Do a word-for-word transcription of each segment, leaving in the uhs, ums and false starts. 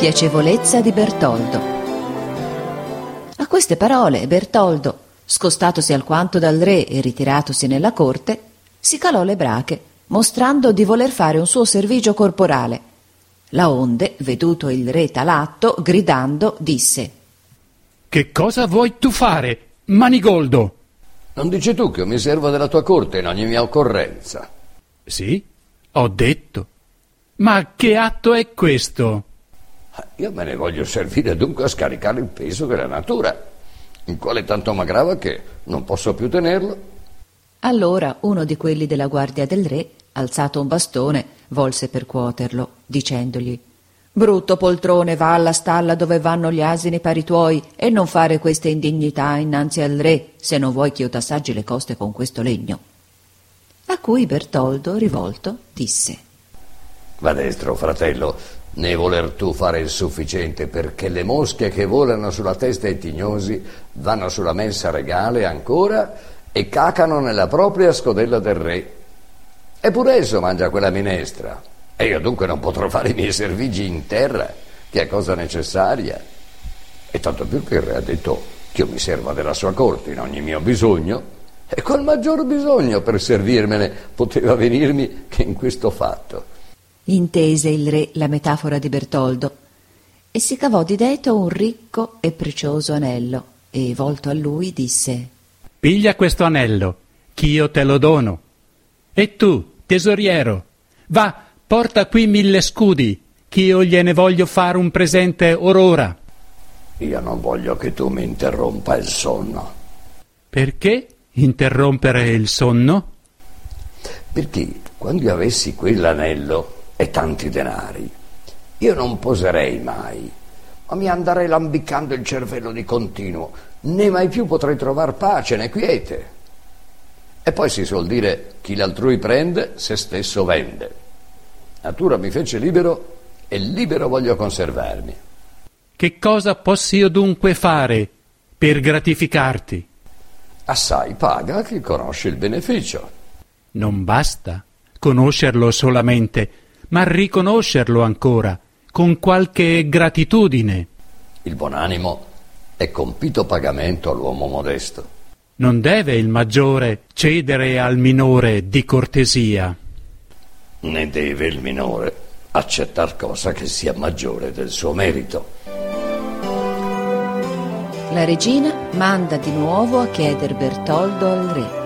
piacevolezza di Bertoldo. A queste parole Bertoldo, scostatosi alquanto dal re e ritiratosi nella corte, si calò le brache, mostrando di voler fare un suo servigio corporale. Laonde, veduto il re tal atto, gridando, disse: «Che cosa vuoi tu fare, Manigoldo?» «Non dici tu che io mi servo della tua corte in ogni mia occorrenza?» «Sì, ho detto. Ma che atto è questo?» «Io me ne voglio servire dunque a scaricare il peso della natura, il quale tanto m'aggrava che non posso più tenerlo». Allora uno di quelli della guardia del re, alzato un bastone, volse percuoterlo, dicendogli: «Brutto poltrone, va alla stalla dove vanno gli asini pari tuoi e non fare queste indignità innanzi al re, se non vuoi che io t'assaggi le coste con questo legno». A cui Bertoldo, rivolto, disse: «Va destro, fratello, né voler tu fare il sufficiente, perché le mosche che volano sulla testa ai tignosi vanno sulla mensa regale ancora e cacano nella propria scodella del re. Eppure esso mangia quella minestra, e io dunque non potrò fare i miei servigi in terra, che è cosa necessaria. E tanto più che il re ha detto che io mi serva della sua corte in ogni mio bisogno, e col maggior bisogno per servirmene poteva venirmi che in questo fatto». Intese il re la metafora di Bertoldo e si cavò di dietro un ricco e prezioso anello e, volto a lui, disse: «Piglia questo anello, ch'io te lo dono. E tu, tesoriero, va, porta qui mille scudi, ch'io gliene voglio fare un presente or ora». «Io non voglio che tu mi interrompa il sonno». «Perché interrompere il sonno?» «Perché quando io avessi quell'anello e tanti denari, io non poserei mai, ma mi andrei lambicando il cervello di continuo, né mai più potrei trovar pace né quiete. E poi si suol dire: chi l'altrui prende, se stesso vende. Natura mi fece libero e libero voglio conservarmi». «Che cosa posso io dunque fare per gratificarti?» «Assai paga chi conosce il beneficio». «Non basta conoscerlo solamente, ma riconoscerlo ancora, con qualche gratitudine». «Il buon animo è compito pagamento all'uomo modesto». «Non deve il maggiore cedere al minore di cortesia». «Né deve il minore accettar cosa che sia maggiore del suo merito». La regina manda di nuovo a chieder Bertoldo al re.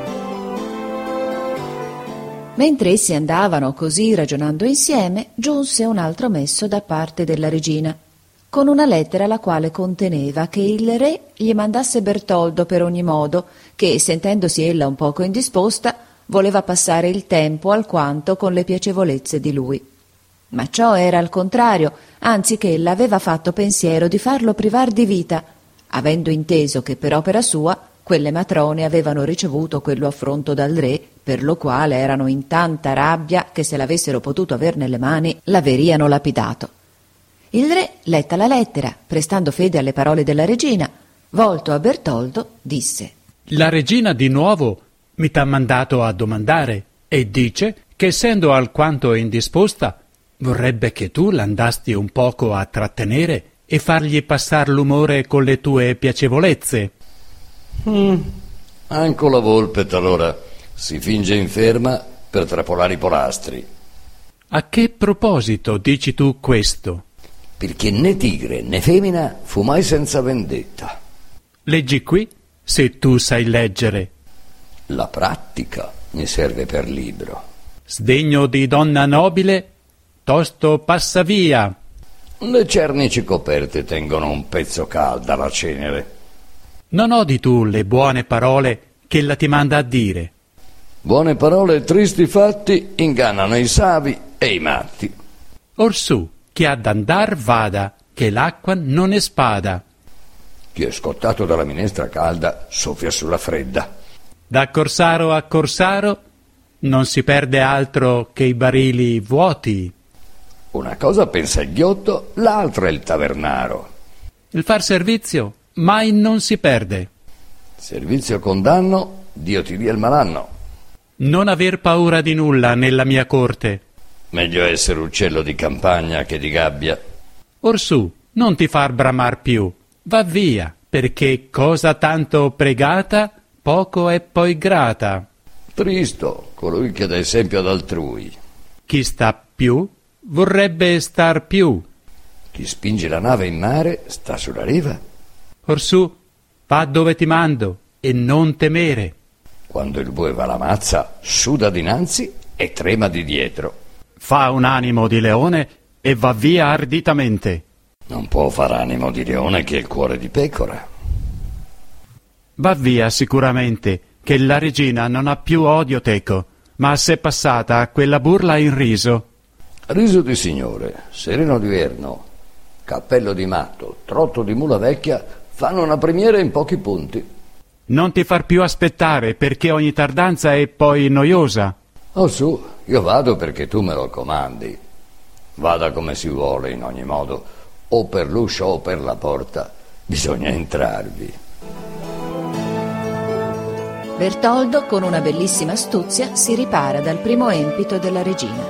Mentre essi andavano così ragionando insieme, giunse un altro messo da parte della regina, con una lettera la quale conteneva che il re gli mandasse Bertoldo per ogni modo, che, sentendosi ella un poco indisposta, voleva passare il tempo alquanto con le piacevolezze di lui. Ma ciò era al contrario, anzi che ella aveva fatto pensiero di farlo privar di vita, avendo inteso che per opera sua quelle matrone avevano ricevuto quello affronto dal re, per lo quale erano in tanta rabbia che se l'avessero potuto aver nelle mani l'averiano lapidato. Il re, letta la lettera, prestando fede alle parole della regina, volto a Bertoldo, disse: «La regina di nuovo mi t'ha mandato a domandare e dice che, essendo alquanto indisposta, vorrebbe che tu l'andasti un poco a trattenere e fargli passar l'umore con le tue piacevolezze». Mm. Anche la volpe talora si finge inferma per trapolare i polastri. «A che proposito dici tu questo?» «Perché né tigre né femmina fu mai senza vendetta». «Leggi qui, se tu sai leggere». «La pratica mi serve per libro». «Sdegno di donna nobile, tosto passa via». «Le cernici coperte tengono un pezzo calda la cenere». «Non odi tu le buone parole che ella ti manda a dire?» «Buone parole e tristi fatti ingannano i savi e i matti». «Orsù, chi ha d'andar vada, che l'acqua non è spada». «Chi è scottato dalla minestra calda soffia sulla fredda». «Da corsaro a corsaro non si perde altro che i barili vuoti». «Una cosa pensa il ghiotto, l'altra il tavernaro». «Il far servizio mai non si perde». «Servizio con danno, Dio ti dia il malanno». «Non aver paura di nulla nella mia corte». «Meglio essere uccello di campagna che di gabbia». Orsù, non ti far bramar più, va via, perché cosa tanto pregata, poco è poi grata. Tristo, colui che dà esempio ad altrui. Chi sta più, vorrebbe star più. Chi spinge la nave in mare, sta sulla riva. Orsù, va dove ti mando, e non temere. Quando il bue va alla mazza, suda dinanzi e trema di dietro. Fa un animo di leone e va via arditamente. Non può far animo di leone che il cuore di pecora. Va via sicuramente, che la regina non ha più odio teco, ma s'è passata a quella burla in riso. Riso di signore, sereno di verno, cappello di matto, trotto di mula vecchia fanno una premiera in pochi punti. Non ti far più aspettare, perché ogni tardanza è poi noiosa. Oh su, io vado perché tu me lo comandi. Vada come si vuole in ogni modo, o per l'uscio o per la porta, bisogna entrarvi. Bertoldo, con una bellissima astuzia, si ripara dal primo empito della regina.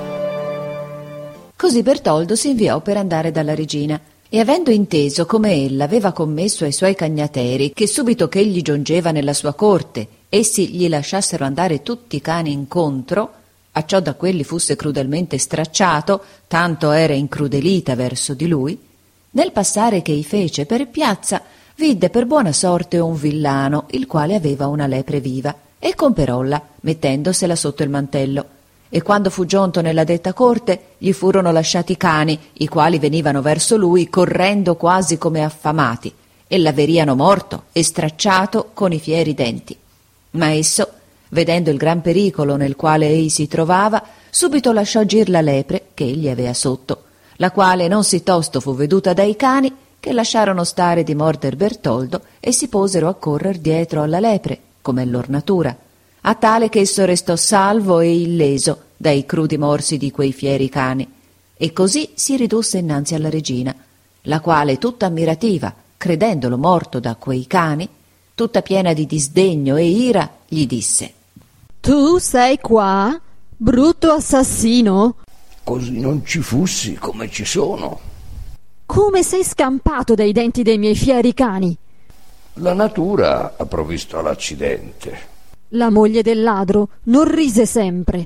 Così Bertoldo si inviò per andare dalla regina, e avendo inteso come ella aveva commesso ai suoi cagnateri che subito che egli giungeva nella sua corte essi gli lasciassero andare tutti i cani incontro, acciò da quelli fosse crudelmente stracciato, tanto era incrudelita verso di lui, nel passare che ei fece per piazza vidde per buona sorte un villano, il quale aveva una lepre viva, e comperolla, mettendosela sotto il mantello. E quando fu giunto nella detta corte, gli furono lasciati i cani, i quali venivano verso lui correndo quasi come affamati, e l'averiano morto e stracciato con i fieri denti. Ma esso, vedendo il gran pericolo nel quale ei si trovava, subito lasciò gir la lepre che egli avea sotto, la quale non si tosto fu veduta dai cani, che lasciarono stare di morder Bertoldo e si posero a correr dietro alla lepre, come lor natura, a tale che esso restò salvo e illeso dai crudi morsi di quei fieri cani, e così si ridusse innanzi alla regina, la quale, tutta ammirativa, credendolo morto da quei cani, tutta piena di disdegno e ira, gli disse: Tu sei qua, brutto assassino? Così non ci fussi come ci sono. Come sei scampato dai denti dei miei fieri cani? La natura ha provvisto l'accidente. La moglie del ladro non rise sempre.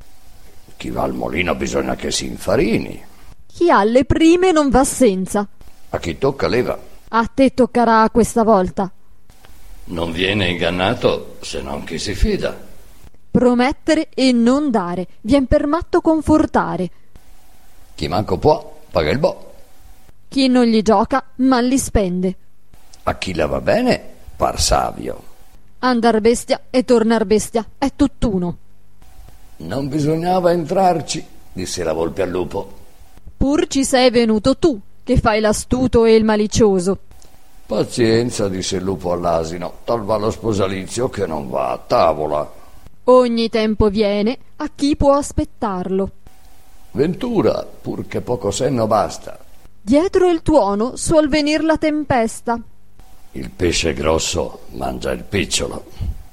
Chi va al molino bisogna che si infarini. Chi ha le prime non va senza. A chi tocca leva. A te toccherà questa volta. Non viene ingannato se non chi si fida. Promettere e non dare, vien per matto confortare. Chi manco può, paga il bo. Chi non gli gioca, mal li spende. A chi la va bene, par savio. Andar bestia e tornar bestia è tutt'uno. Non bisognava entrarci, disse la volpe al lupo. Pur ci sei venuto tu, che fai l'astuto e il malicioso. Pazienza, disse il lupo all'asino, tal va lo sposalizio che non va a tavola. Ogni tempo viene a chi può aspettarlo. Ventura, pur che poco senno basta. Dietro il tuono suol venir la tempesta. Il pesce grosso mangia il picciolo.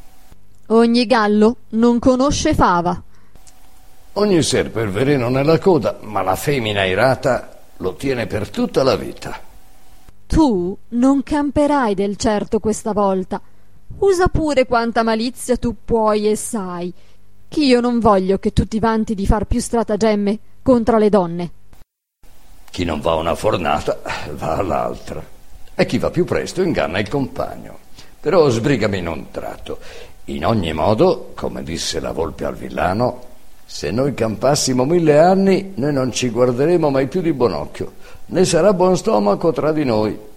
Ogni gallo non conosce fava. Ogni serpe il veleno nella coda, ma la femmina irata lo tiene per tutta la vita. Tu non camperai del certo questa volta. Usa pure quanta malizia tu puoi e sai, ch'io non voglio che tu ti vanti di far più stratagemme contra le donne. Chi non va a una fornata va all'altra, e chi va più presto inganna il compagno. Però sbrigami in un tratto. In ogni modo, come disse la volpe al villano, se noi campassimo mille anni, noi non ci guarderemo mai più di buon occhio, né sarà buon stomaco tra di noi.